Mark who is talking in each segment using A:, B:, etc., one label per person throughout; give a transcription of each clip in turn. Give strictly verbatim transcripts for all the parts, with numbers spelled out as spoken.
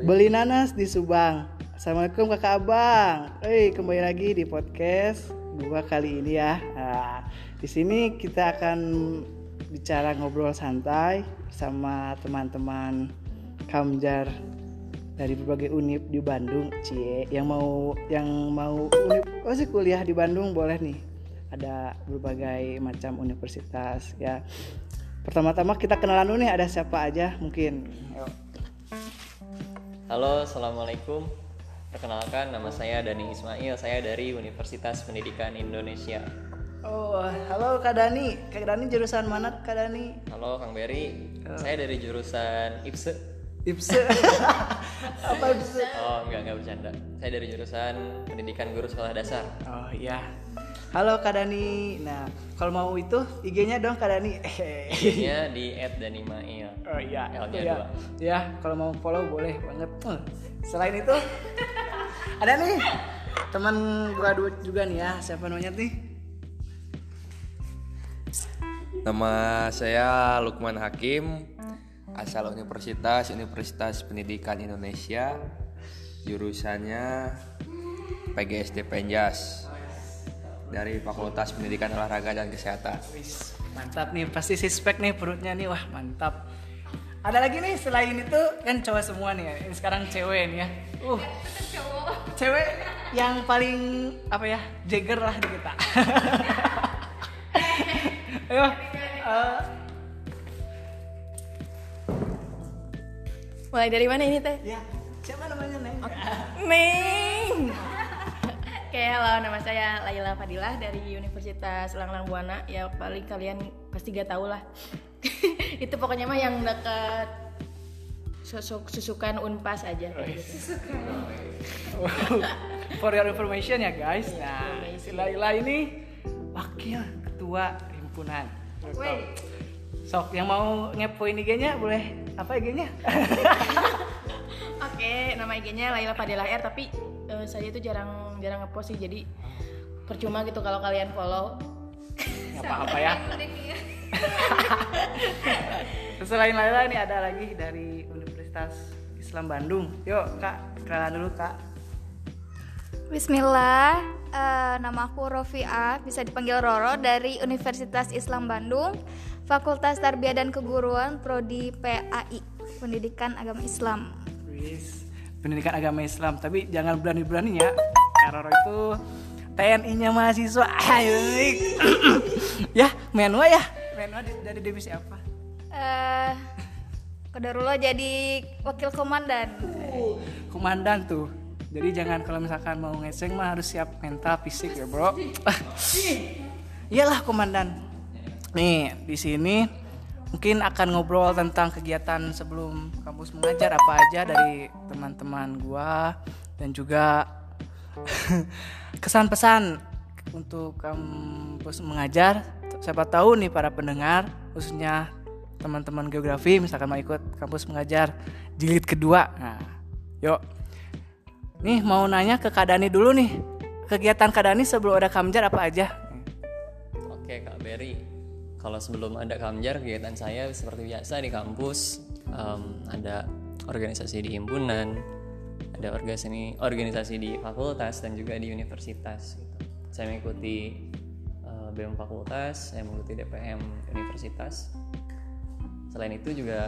A: Beli nanas di Subang. Assalamualaikum kakak abang. Hey, kembali lagi di podcast gua kali ini ya. Nah, di sini kita akan bicara ngobrol santai sama teman-teman Kamjar dari berbagai univ di Bandung. Cie, yang mau yang mau univ oh sih kuliah di Bandung boleh nih. Ada berbagai macam universitas ya. Pertama-tama kita kenalan dulu nih, ada siapa aja mungkin. Ayo.
B: Halo, assalamualaikum. Perkenalkan, nama saya Dani Ismail. Saya dari Universitas Pendidikan Indonesia.
A: Oh, halo Kak Dani. Kak Dani jurusan mana Kak Dani?
B: Halo Kang Berry. Oh. Saya dari jurusan I P S E.
A: I P S E. Apa I P S E?
B: Oh, enggak enggak bercanda. Saya dari jurusan Pendidikan Guru Sekolah Dasar.
A: Oh iya. Halo Kak Dani. Nah, kalau mau itu I G-nya dong Kak Dani.
B: I G-nya di et danimail.
A: Oh iya.
B: L-nya
A: ya.
B: dua.
A: Ya, kalau mau follow boleh banget. Selain itu ada nih teman gua juga nih ya. Siapa namanya nih?
C: Nama saya Lukman Hakim, asal Universitas Universitas Pendidikan Indonesia, jurusannya P G S D Penjas dari Fakultas Pendidikan Olahraga dan Kesehatan.
A: Wis, mantap nih, pasti sispek nih perutnya nih, wah mantap. Ada lagi nih selain itu kan cowok semua nih, ini sekarang cewek nih ya. Uh, cewek yang paling apa ya, Jagger lah di kita. Ayo. Uh,
D: Mulai dari mana ini teh?
A: Ya, siapa namanya Neng?
D: Neng. Oke, halo, nama saya Laila Fadilah dari Universitas Langlang Buana. Ya paling kalian pasti gak tahu lah. Itu pokoknya mah yang dekat susuk susukan Unpas aja.
A: Oh,
D: gitu.
A: For your information ya guys. Nah, si Laila ini wakil ketua himpunan.
D: Wey.
A: Sok yang mau ngepoin I G-nya boleh apa I G-nya?
D: Oke, nama I G-nya Laila Fadilah R, tapi uh, saya itu jarang jarang ngepost sih, jadi percuma gitu kalau kalian follow.
A: Nggak apa-apa ya. Selain Laila ini ada lagi dari Universitas Islam Bandung. Yuk Kak, kenalan dulu Kak.
E: Bismillah, uh, nama aku Rofiah, bisa dipanggil Roro, dari Universitas Islam Bandung, Fakultas Tarbiyah dan Keguruan, Prodi P A I, Pendidikan Agama Islam.
A: Wis, Pendidikan Agama Islam, tapi jangan berani-beraninya. Roro itu T N I-nya mahasiswa. Ya, menua ya. Menua dari divisi apa?
E: Uh, Qadarullah jadi wakil komandan.
A: Uh, komandan tuh. Jadi jangan kalau misalkan mau ngeseng mah harus siap mental, fisik ya bro. Iyalah komandan. Nih di sini mungkin akan ngobrol tentang kegiatan sebelum kampus mengajar apa aja dari teman-teman gua dan juga kesan-pesan untuk kampus mengajar. Siapa tahu nih para pendengar, khususnya teman-teman geografi misalkan mau ikut kampus mengajar jilid kedua. Nah, yuk. Nih mau nanya ke Kak Dani dulu nih. Kegiatan Kak Dani sebelum ada Kamjar apa aja?
B: Oke Kak Berry. Kalau sebelum ada Kamjar, kegiatan saya seperti biasa di kampus. um, Ada organisasi di himpunan, ada organisasi organisasi di fakultas dan juga di universitas gitu. Saya mengikuti uh, B E M fakultas, saya mengikuti D P M universitas. Selain itu juga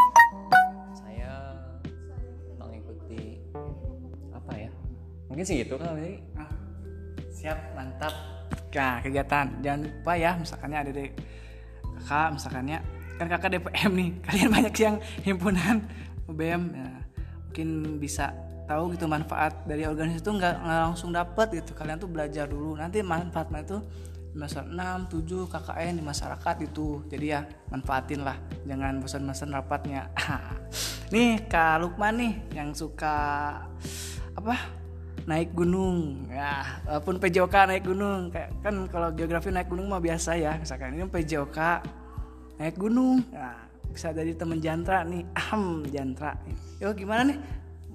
B: saya mengikuti apa ya? Mungkin sih gitu Kak Berry.
A: Ah, siap, mantap. Nah, kegiatan jangan lupa ya, misalkannya ada di kakak, misalkannya kan kakak D P M nih, kalian banyak yang himpunan B E M, nah, mungkin bisa tahu gitu manfaat dari organisasi itu nggak langsung dapat gitu. Kalian tuh belajar dulu, nanti manfaatnya itu di masa enam, tujuh K K N di masyarakat itu. Jadi ya manfaatin lah, jangan bosan-bosan rapatnya. Nih Kak Lukman nih yang suka apa naik gunung ya, walaupun P J O K naik gunung kayak kan kalau geografi naik gunung mah biasa ya, misalkan ini P J O K naik gunung, nah, bisa jadi temen Jantra nih, ahem Jantra. Yo gimana nih?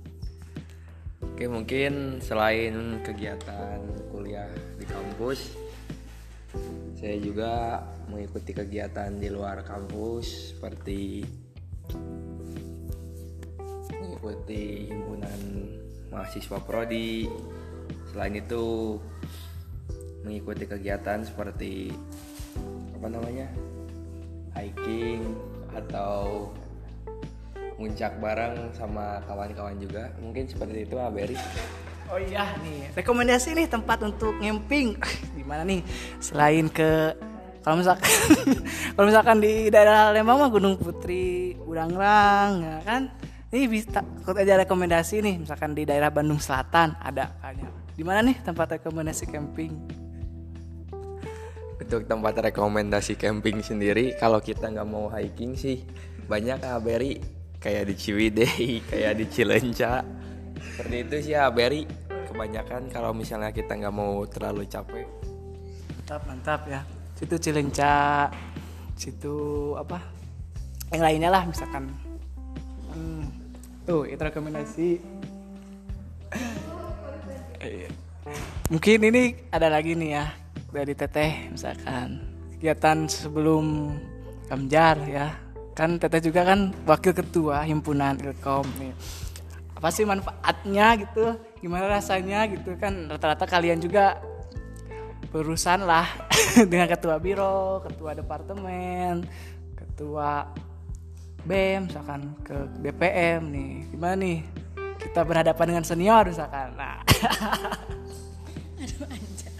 C: Oke, mungkin selain kegiatan kuliah di kampus, saya juga mengikuti kegiatan di luar kampus seperti mengikuti himpunan mahasiswa prodi. Selain itu mengikuti kegiatan seperti apa namanya hiking atau muncak bareng sama kawan-kawan juga. Mungkin seperti itu, Aberi.
A: Oh iya nih, rekomendasi nih tempat untuk nyamping. Gimana nih? Selain ke kalau misalkan kalau misalkan di daerah Lembang mah Gunung Putri, Burangrang, ya kan? Ini bisa ikut aja rekomendasi nih, misalkan di daerah Bandung Selatan ada kayaknya. Di mana nih tempat rekomendasi camping?
C: Untuk tempat rekomendasi camping sendiri, kalau kita nggak mau hiking sih banyak, Aberi, kayak di Ciwidey, kayak di Cileunca. Seperti itu sih, Aberi. Kebanyakan kalau misalnya kita nggak mau terlalu capek.
A: Mantap, mantap ya. Situ Cileunca, situ apa? Yang lainnya lah misalkan. Hmm, tuh itu rekomendasi. Mungkin ini ada lagi nih ya dari Teteh, misalkan kegiatan sebelum Kamjar ya. Kan Teteh juga kan wakil ketua himpunan Ilkom nih. Apa sih manfaatnya gitu? Gimana rasanya gitu kan? Rata-rata kalian juga berurusan lah dengan ketua biro, ketua departemen, ketua B E M, misalkan ke B P M nih. Gimana nih? Kita berhadapan dengan senior misalkan. Nah.
D: Aduh anjir.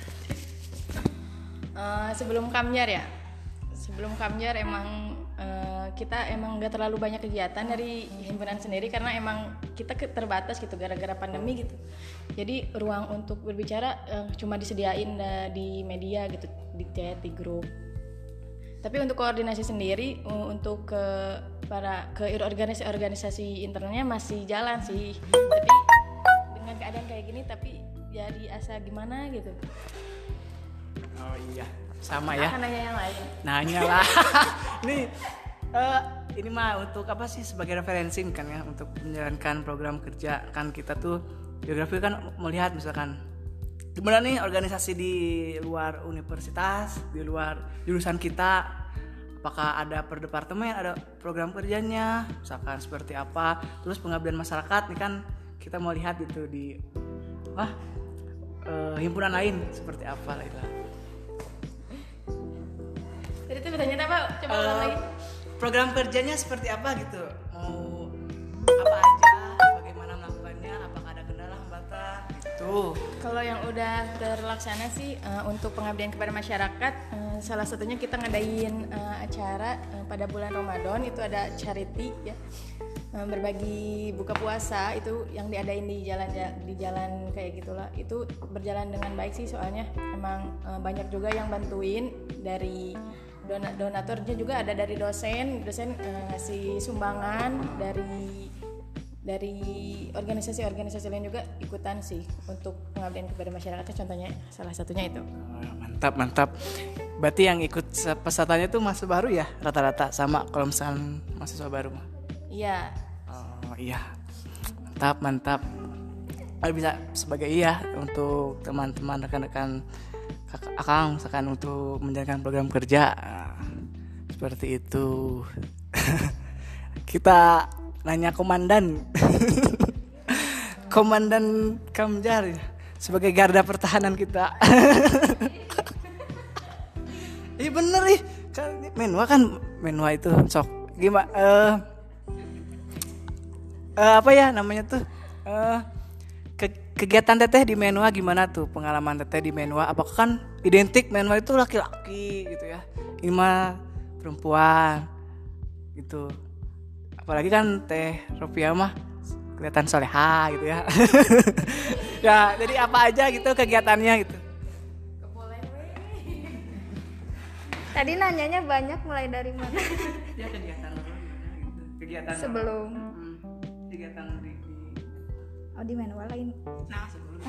D: Uh, sebelum Kamjar ya. Sebelum Kamjar emang uh, kita emang gak terlalu banyak kegiatan dari himpunan sendiri karena emang kita terbatas gitu gara-gara pandemi gitu. Jadi ruang untuk berbicara uh, cuma disediain uh, di media gitu, di chat, di grup. Tapi untuk koordinasi sendiri uh, untuk ke para ke organisasi-organisasi internalnya masih jalan sih. Tapi dengan keadaan kayak gini tapi jadi asa gimana gitu.
A: Oh iya, sama ya.
D: Akan nanya yang lain.
A: Nanya lah. Ini uh, ini mah untuk apa sih, sebagai referensi kan ya untuk menjalankan program kerja kan kita tuh geografi kan melihat misalkan gimana nih organisasi di luar universitas, di luar jurusan kita, apakah ada per departemen, ada program kerjanya, misalkan seperti apa, terus pengabdian masyarakat nih kan kita mau lihat gitu di wah uh, himpunan lain seperti apa lah itu.
D: Jadi itu bertanya apa? Coba ulang
A: Uh,
D: lagi.
A: program kerjanya seperti apa gitu, mau apa aja, bagaimana melakukannya, apakah ada kendala hambatan gitu.
D: Kalau yang udah terlaksana sih uh, untuk pengabdian kepada masyarakat, uh, salah satunya kita ngadain uh, acara uh, pada bulan Ramadan, itu ada charity ya, uh, berbagi buka puasa, itu yang diadain di jalan di jalan kayak gitulah. Itu berjalan dengan baik sih, soalnya emang uh, banyak juga yang bantuin, dari Don- donaturnya juga ada dari dosen, dosen uh, ngasih sumbangan, dari dari organisasi-organisasi lain juga ikutan sih untuk pengabdian kepada masyarakat, contohnya salah satunya itu.
A: Oh, mantap mantap. Berarti yang ikut pesertanya tuh mahasiswa baru ya rata-rata, sama kalau misalkan mahasiswa baru mah.
D: Iya.
A: Oh iya, mantap mantap. Oh, bisa sebagai iya untuk teman-teman rekan-rekan kakak akang misalkan untuk menjalankan program kerja. Nah, seperti itu. Kita nanya komandan. Komandan Kamjar sebagai garda pertahanan kita. Iya bener nih, kan menwa kan menwa itu sok gimana uh, uh, apa ya namanya tuh uh, ke- kegiatan teteh di menwa gimana tuh, pengalaman teteh di menwa, apakah kan identik menwa itu laki-laki gitu ya, ini mah perempuan gitu, apalagi kan teh Rofiah mah kelihatan soleha gitu ya. Ya jadi apa aja gitu kegiatannya gitu.
E: Tadi nanyanya banyak, mulai dari mana?
A: Ya kegiatan apa gitu. Kegiatan
E: Sebelum
A: hmm, kegiatan di, di
E: oh di menwa lain.
A: nah sebelum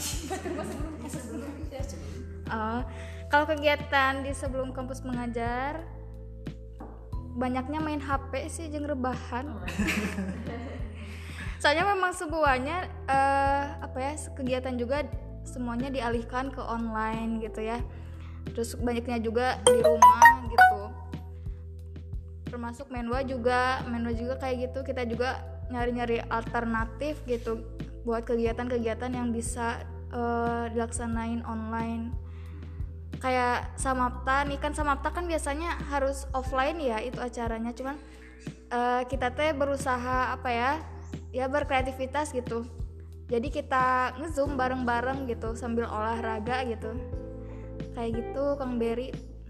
E: Oh, kalau kegiatan di sebelum kampus mengajar banyaknya main H P sih jeung rebahan. Soalnya memang semuanya eh, apa ya, kegiatan juga semuanya dialihkan ke online gitu ya. Terus banyaknya juga di rumah gitu. Termasuk menwa juga, menwa juga kayak gitu. Kita juga nyari-nyari alternatif gitu buat kegiatan-kegiatan yang bisa uh, dilaksanain online. Kayak Samapta nih kan, Samapta kan biasanya harus offline ya itu acaranya, cuman uh, kita teh berusaha apa ya ya berkreativitas gitu, jadi kita nge-zoom bareng-bareng gitu sambil olahraga gitu, kayak gitu Kang Berry.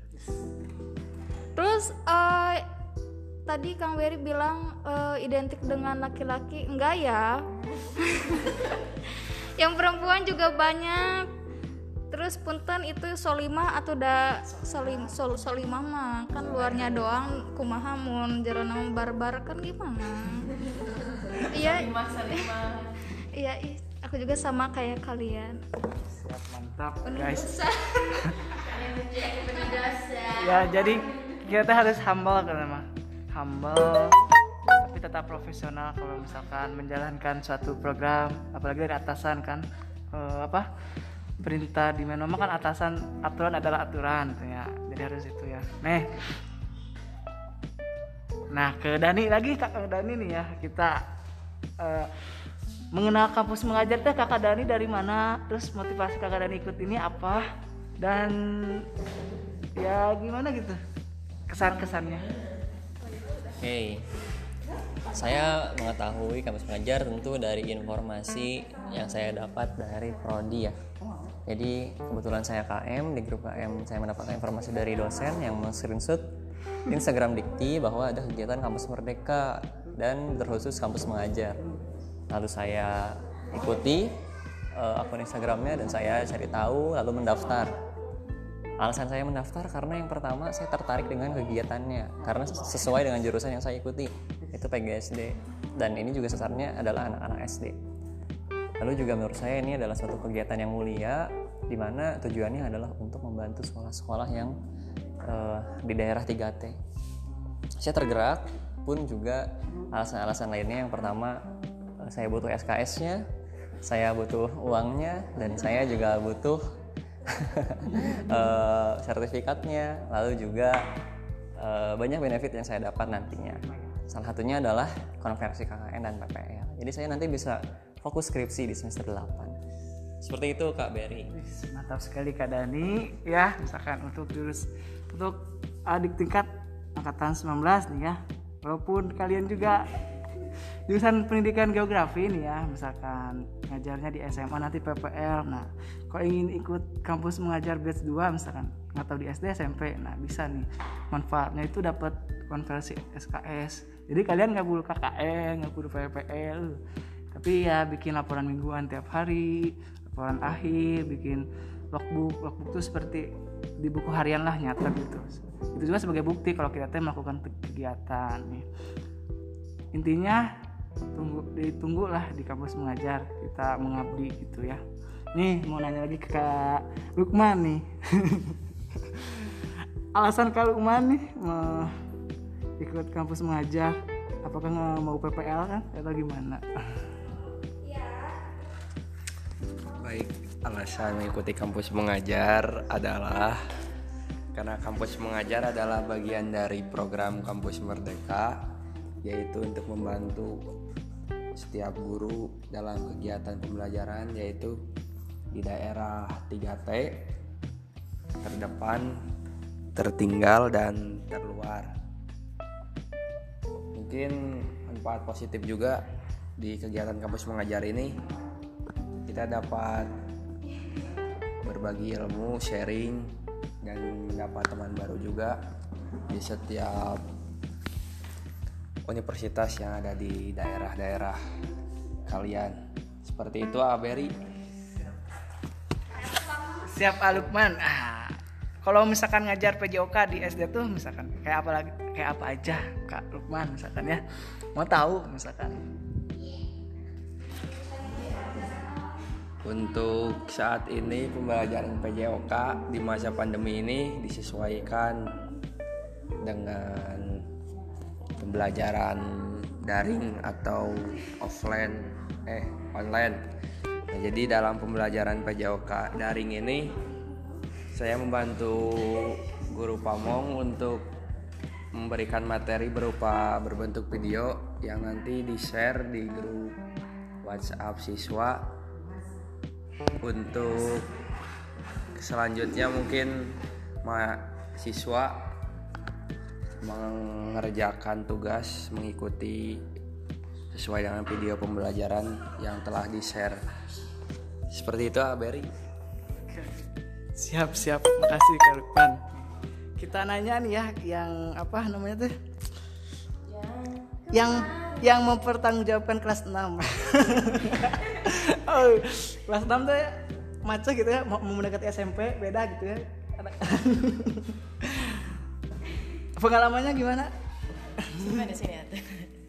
E: Terus uh, tadi Kang Berry bilang uh, identik dengan laki-laki, enggak ya? Yang perempuan juga banyak. Terus punten itu solimah atau da solim sol solimah mah kan luarnya doang kumaha mun jero nama barbar kan gimana? Iya. Iya, aku juga sama kayak kalian.
A: Siap, mantap guys. Ya jadi kita harus humble kan mah. Humble tapi tetap profesional kalau misalkan menjalankan suatu program, apalagi dari atasan kan uh, apa perintah di mana kan atasan, aturan adalah aturan gitu ya, jadi harus itu ya. Nih nah ke Dani lagi, Kak Dani nih ya, kita uh, mengenal kampus mengajar teh Kakak Dani dari mana, terus motivasi Kakak Dani ikut ini apa, dan ya gimana gitu kesan-kesannya.
B: Oke, okay. Saya mengetahui kampus mengajar tentu dari informasi yang saya dapat dari prodi ya. Jadi kebetulan saya K M, di grup K M saya mendapatkan informasi dari dosen yang men-screenshot Instagram Dikti bahwa ada kegiatan kampus merdeka dan terkhusus kampus mengajar. Lalu saya ikuti uh, akun Instagramnya dan saya cari tahu lalu mendaftar. Alasan saya mendaftar karena yang pertama saya tertarik dengan kegiatannya karena sesuai dengan jurusan yang saya ikuti, itu P G S D, dan ini juga sasarannya adalah anak-anak S D. Lalu juga menurut saya ini adalah suatu kegiatan yang mulia di mana tujuannya adalah untuk membantu sekolah-sekolah yang uh, di daerah tiga T. Saya tergerak pun juga alasan-alasan lainnya. Yang pertama uh, saya butuh S K S-nya, saya butuh uangnya, dan saya juga butuh uh, sertifikatnya, lalu juga uh, banyak benefit yang saya dapat nantinya. Salah satunya adalah konversi K K N dan P P L. Jadi saya nanti bisa fokus skripsi di semester delapan. Seperti itu Kak Berry.
A: Mantap sekali Kak Dani ya, misalkan untuk jurus untuk adik tingkat angkatan sembilan belas nih ya, walaupun kalian juga jurusan pendidikan geografi nih ya, misalkan ngajarnya di S M A nanti P P L. Nah, kalau ingin ikut kampus mengajar batch dua misalkan nggak tahu di S D S M P, nah bisa nih manfaatnya itu dapat konversi S K S. Jadi kalian nggak perlu K K N, nggak perlu P P L, tapi ya bikin laporan mingguan tiap hari, laporan akhir, bikin logbook. Logbook itu seperti di buku harian lah, nyata gitu. Itu juga sebagai bukti kalau kita teh melakukan kegiatan nih. Intinya tunggu ditunggu lah di kampus mengajar, kita mengabdi gitu ya. Nih mau nanya lagi ke Kak Lukman nih. Alasan Kak Lukman nih mau ikut kampus mengajar, apakah nggak mau P P L kan atau gimana?
C: Baik, alasan mengikuti kampus mengajar adalah karena kampus mengajar adalah bagian dari program Kampus Merdeka, yaitu untuk membantu setiap guru dalam kegiatan pembelajaran, yaitu di daerah tiga T, terdepan, tertinggal, dan terluar. Mungkin manfaat positif juga di kegiatan kampus mengajar ini, kita dapat berbagi ilmu, sharing, dan mendapat teman baru juga di setiap universitas yang ada di daerah-daerah kalian. Seperti itu ah Berry.
A: Siap ah Lukman. Ah, kalau misalkan ngajar P J O K di S D tuh misalkan kayak apa lagi, kayak apa aja Kak Lukman misalkan ya, mau tahu misalkan.
C: Untuk saat ini pembelajaran P J O K di masa pandemi ini disesuaikan dengan pembelajaran daring atau offline eh online. Nah, jadi dalam pembelajaran P J O K daring ini saya membantu guru Pamong untuk memberikan materi berupa berbentuk video yang nanti di-share di grup WhatsApp siswa. Untuk selanjutnya mungkin mahasiswa mengerjakan tugas mengikuti sesuai dengan video pembelajaran yang telah di-share. Seperti itu, Aberi.
A: Siap, siap. Makasih Kak Lukman. Kita nanya nih ya, yang apa namanya tuh? Yang yang mempertanggungjawabkan kelas enam. Oh, kelas enam tuh ya, maco gitu ya, mau mendekati S M P, beda gitu ya. Pengalamannya gimana?
D: Gimana sini atuh?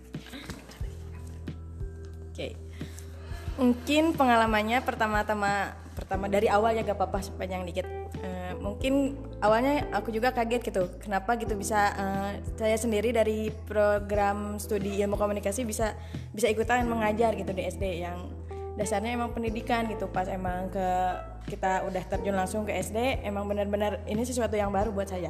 D: Oke. Mungkin pengalamannya pertama-tama pertama dari awal ya gak apa-apa sepanjang dikit. Uh, mungkin awalnya aku juga kaget gitu. Kenapa gitu bisa uh, saya sendiri dari program studi ilmu komunikasi bisa bisa ikutan mengajar gitu di S D yang dasarnya emang pendidikan gitu. Pas emang ke kita udah terjun langsung ke S D, emang benar-benar ini sesuatu yang baru buat saya.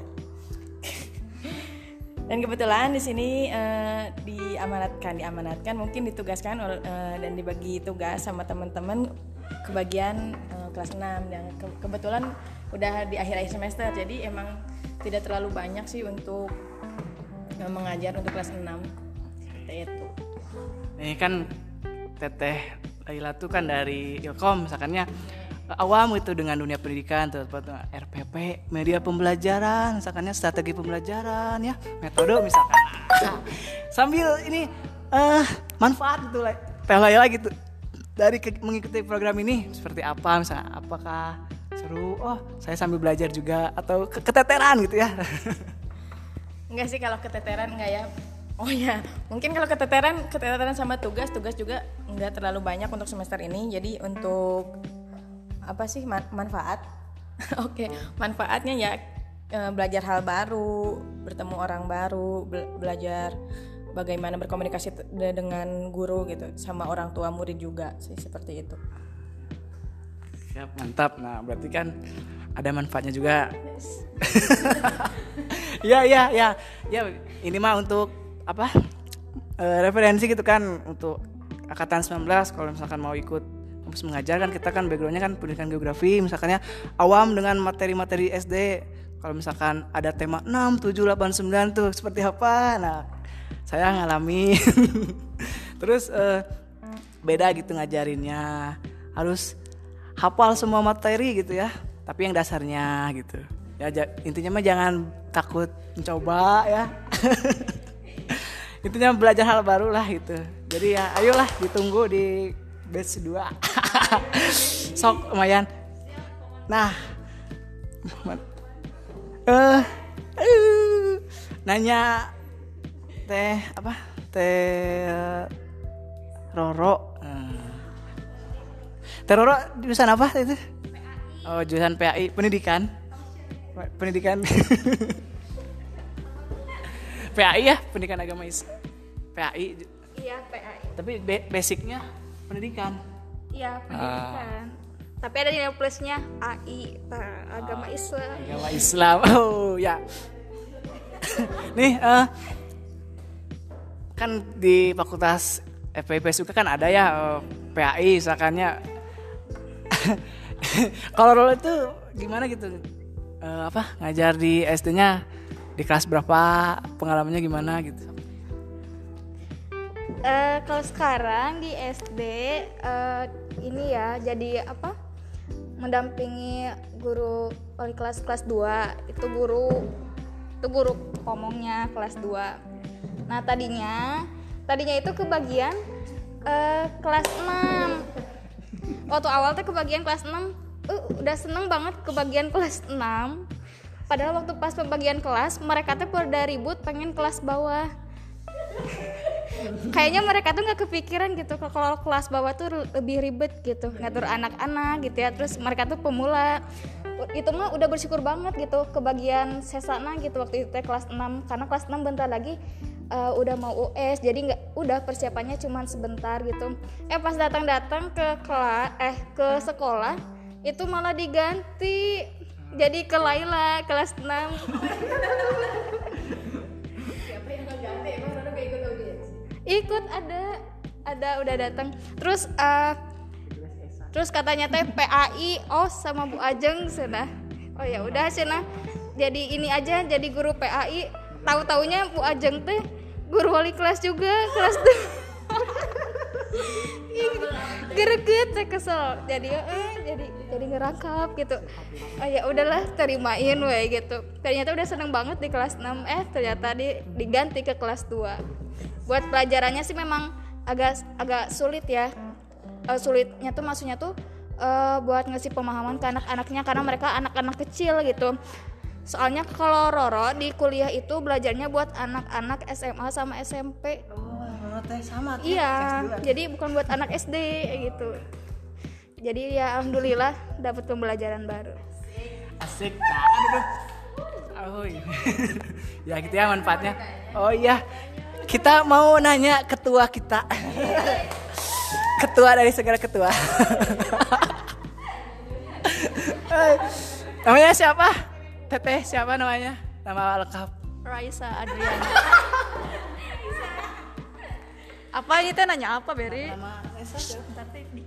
D: Dan kebetulan di sini uh, diamanatkan, diamanatkan mungkin ditugaskan uh, dan dibagi tugas sama teman-teman ke bagian uh, kelas enam dan ke- kebetulan udah di akhir-akhir semester, jadi emang tidak terlalu banyak sih untuk uh, mengajar untuk kelas enam. Seperti itu.
A: Nih kan Teteh Laila tuh kan dari Ilkom, misalkannya awam itu dengan dunia pendidikan, tuh R P P, media pembelajaran, misalkannya strategi pembelajaran ya, metode misalkan. Sambil ini uh, manfaat gitu lah, Teh Laila gitu dari ke- mengikuti program ini seperti apa, misalnya apakah seru? Oh, saya sambil belajar juga atau ke- keteteran gitu ya.
D: Enggak sih kalau keteteran enggak ya. Oh ya, mungkin kalau keteteran, keteteran sama tugas, tugas juga enggak terlalu banyak untuk semester ini. Jadi untuk apa sih man- manfaat? Oke, manfaatnya ya e, belajar hal baru, bertemu orang baru, be- belajar bagaimana berkomunikasi t- dengan guru gitu, sama orang tua murid juga sih seperti itu.
A: Siap, mantap. Nah, berarti kan ada manfaatnya juga. Ya, ya, ya. Ya, ini mah untuk apa? E, referensi gitu kan untuk angkatan sembilan belas kalau misalkan mau ikut kampus mengajar kan, kita kan backgroundnya kan pendidikan geografi, misalkannya awam dengan materi-materi S D. Kalau misalkan ada tema enam, tujuh, delapan, sembilan tuh seperti apa? Nah, saya ngalamin. Terus e, beda gitu ngajarinnya. Harus hafal semua materi gitu ya, tapi yang dasarnya gitu ya. J- intinya mah jangan takut mencoba ya. Intinya belajar hal baru lah gitu. Jadi ya ayolah, ditunggu di batch dua. Sok lumayan. Nah, eh uh, uh, nanya teh apa teh Roro. Hmm. Teh Roro jurusan apa itu? Oh, jurusan P A I, pendidikan. Pendidikan. P A I ya, pendidikan agama Islam. P A I.
E: Iya, P A I.
A: Tapi be- basicnya pendidikan.
E: Iya, pendidikan. Tapi ada nilai plusnya A I, nah, agama Islam.
A: Agama Islam. Oh, ya. Nih, uh, kan di Fakultas F P I P S U K kan ada ya uh, P A I misalkannya. Kalau Rolo itu gimana gitu? Uh, apa ngajar di S D-nya di kelas berapa? Pengalamannya gimana gitu?
E: Eh, kalau sekarang di S D eh, ini ya jadi apa? Mendampingi guru wali kelas kelas dua. Itu guru itu guru ngomongnya kelas dua. Nah, tadinya tadinya itu kebagian eh, kelas enam. Waktu awal tuh kebagian kelas enam, uh, udah seneng banget kebagian kelas enam. Padahal waktu pas pembagian kelas, mereka tuh pada ribut pengen kelas bawah. Kayaknya mereka tuh nggak kepikiran gitu kalau kelas bawah tuh lebih ribet gitu, ngatur anak-anak gitu ya. Terus mereka tuh pemula, itu mah udah bersyukur banget gitu kebagian sesana gitu waktu itu kelas enam, karena kelas enam bentar lagi uh, udah mau U S, jadi nggak, udah persiapannya cuma sebentar gitu. Eh pas datang-datang ke kelas eh ke sekolah itu malah diganti jadi ke Laila kelas enam. ikut ada ada udah datang terus uh, terus katanya teh P A I oh sama Bu Ajeng sudah oh ya udah cenah jadi ini aja jadi guru P A I tahu-taunya Bu Ajeng teh guru wali kelas juga kelas tuh greget saya kesel jadi eh jadi jadi ngerangkap gitu oh ya udahlah terimain we gitu ternyata udah seneng banget di kelas enam eh ternyata di, diganti ke kelas dua buat pelajarannya sih memang agak agak sulit ya uh, sulitnya tuh maksudnya tuh uh, buat ngasih pemahaman ke anak-anaknya karena mereka anak-anak kecil gitu soalnya kalau Roro di kuliah itu belajarnya buat anak-anak S M A sama S M P
A: teh sama teh.
E: iya jadi bukan buat anak S D gitu jadi ya alhamdulillah dapat pembelajaran baru
A: asik nah aduh aduh ya gitu ya manfaatnya oh iya kita mau nanya ketua kita ketua dari segala ketua namanya siapa teteh siapa namanya nama lengkap
E: Raisa Adriana apa ini teh nanya apa Beri?
A: nama Raisa siapa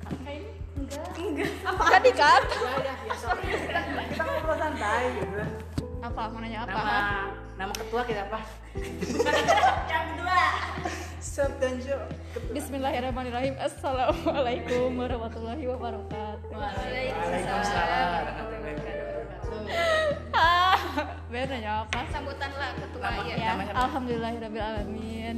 E: Enggak dikat.
A: ya ya sorry kita ngobrol santai gitu
E: Apa mau nanya apa?
A: nama nama ketua kita apa
D: Yang kedua.
A: Subtanjo
E: Bismillahirrahmanirrahim. Assalamualaikum warahmatullahi wabarakatuh.
A: Waalaikumsalam.
E: Ah, bener nanya apa?
D: Sambutan lah ketua
A: Nama-
D: ya.
E: Ya,
A: namanya apa?
E: alhamdulillahirabbil alamin.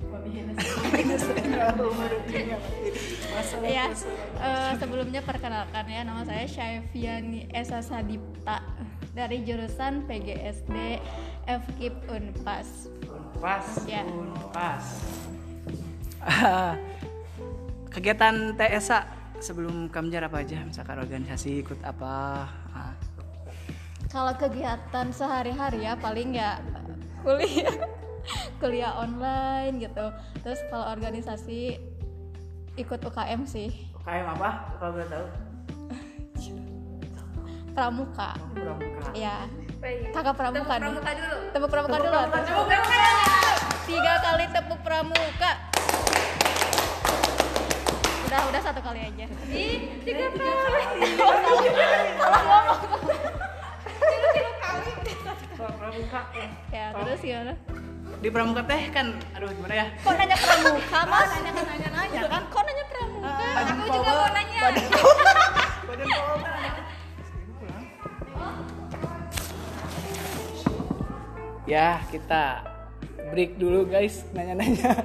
E: Ya, eh, sebelumnya perkenalkan ya, nama saya Syaifiani Esa Sadipta dari jurusan P G S D F K I P Unpas.
A: Pas,
E: Ya.
A: pas. Kegiatan T S A sebelum Kamjar apa aja? Misalkan organisasi ikut apa? Ah,
E: Kalau kegiatan sehari-hari ya paling ya kuliah, kuliah online gitu. Terus kalau organisasi ikut U K M sih,
A: U K M apa? Kalau boleh tahu?
E: pramuka.
A: Pramuka.
E: Ya, kakak pramuka nih.
D: Pramuka dulu.
E: Tepuk pramuka dulu.
A: pramuka
E: Tepuk pramuka. Tiga kali tepuk pramuka. Udah, udah satu kali aja. Ih, tiga kali. Salah ngomong.
A: Pramuka.
E: Ya, terus gimana?
A: Di Pramuka teh kan, aduh gimana ya?
E: Kok nanya pramuka, Mas? Nanya kan nanya nanya kan? Kok nanya pramuka?
A: Badan
E: Aku juga
A: power.
E: mau nanya.
A: Badan power kan ada. Ya, kita break dulu guys, nanya-nanya.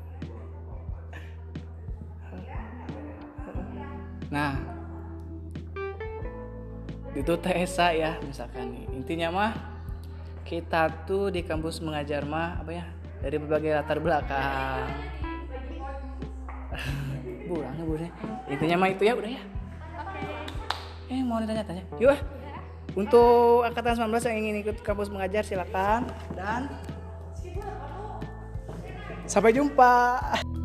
A: Nah, itu T S A ya misalkan nih. Intinya mah kita tuh di kampus mengajar mah apa ya? Dari berbagai latar belakang. Burangnya burangnya. Intinya mah itu ya udah ya. Eh mau ditanya-tanya. Yuk ah. Untuk angkatan sembilan belas yang ingin ikut kampus mengajar silakan dan sampai jumpa.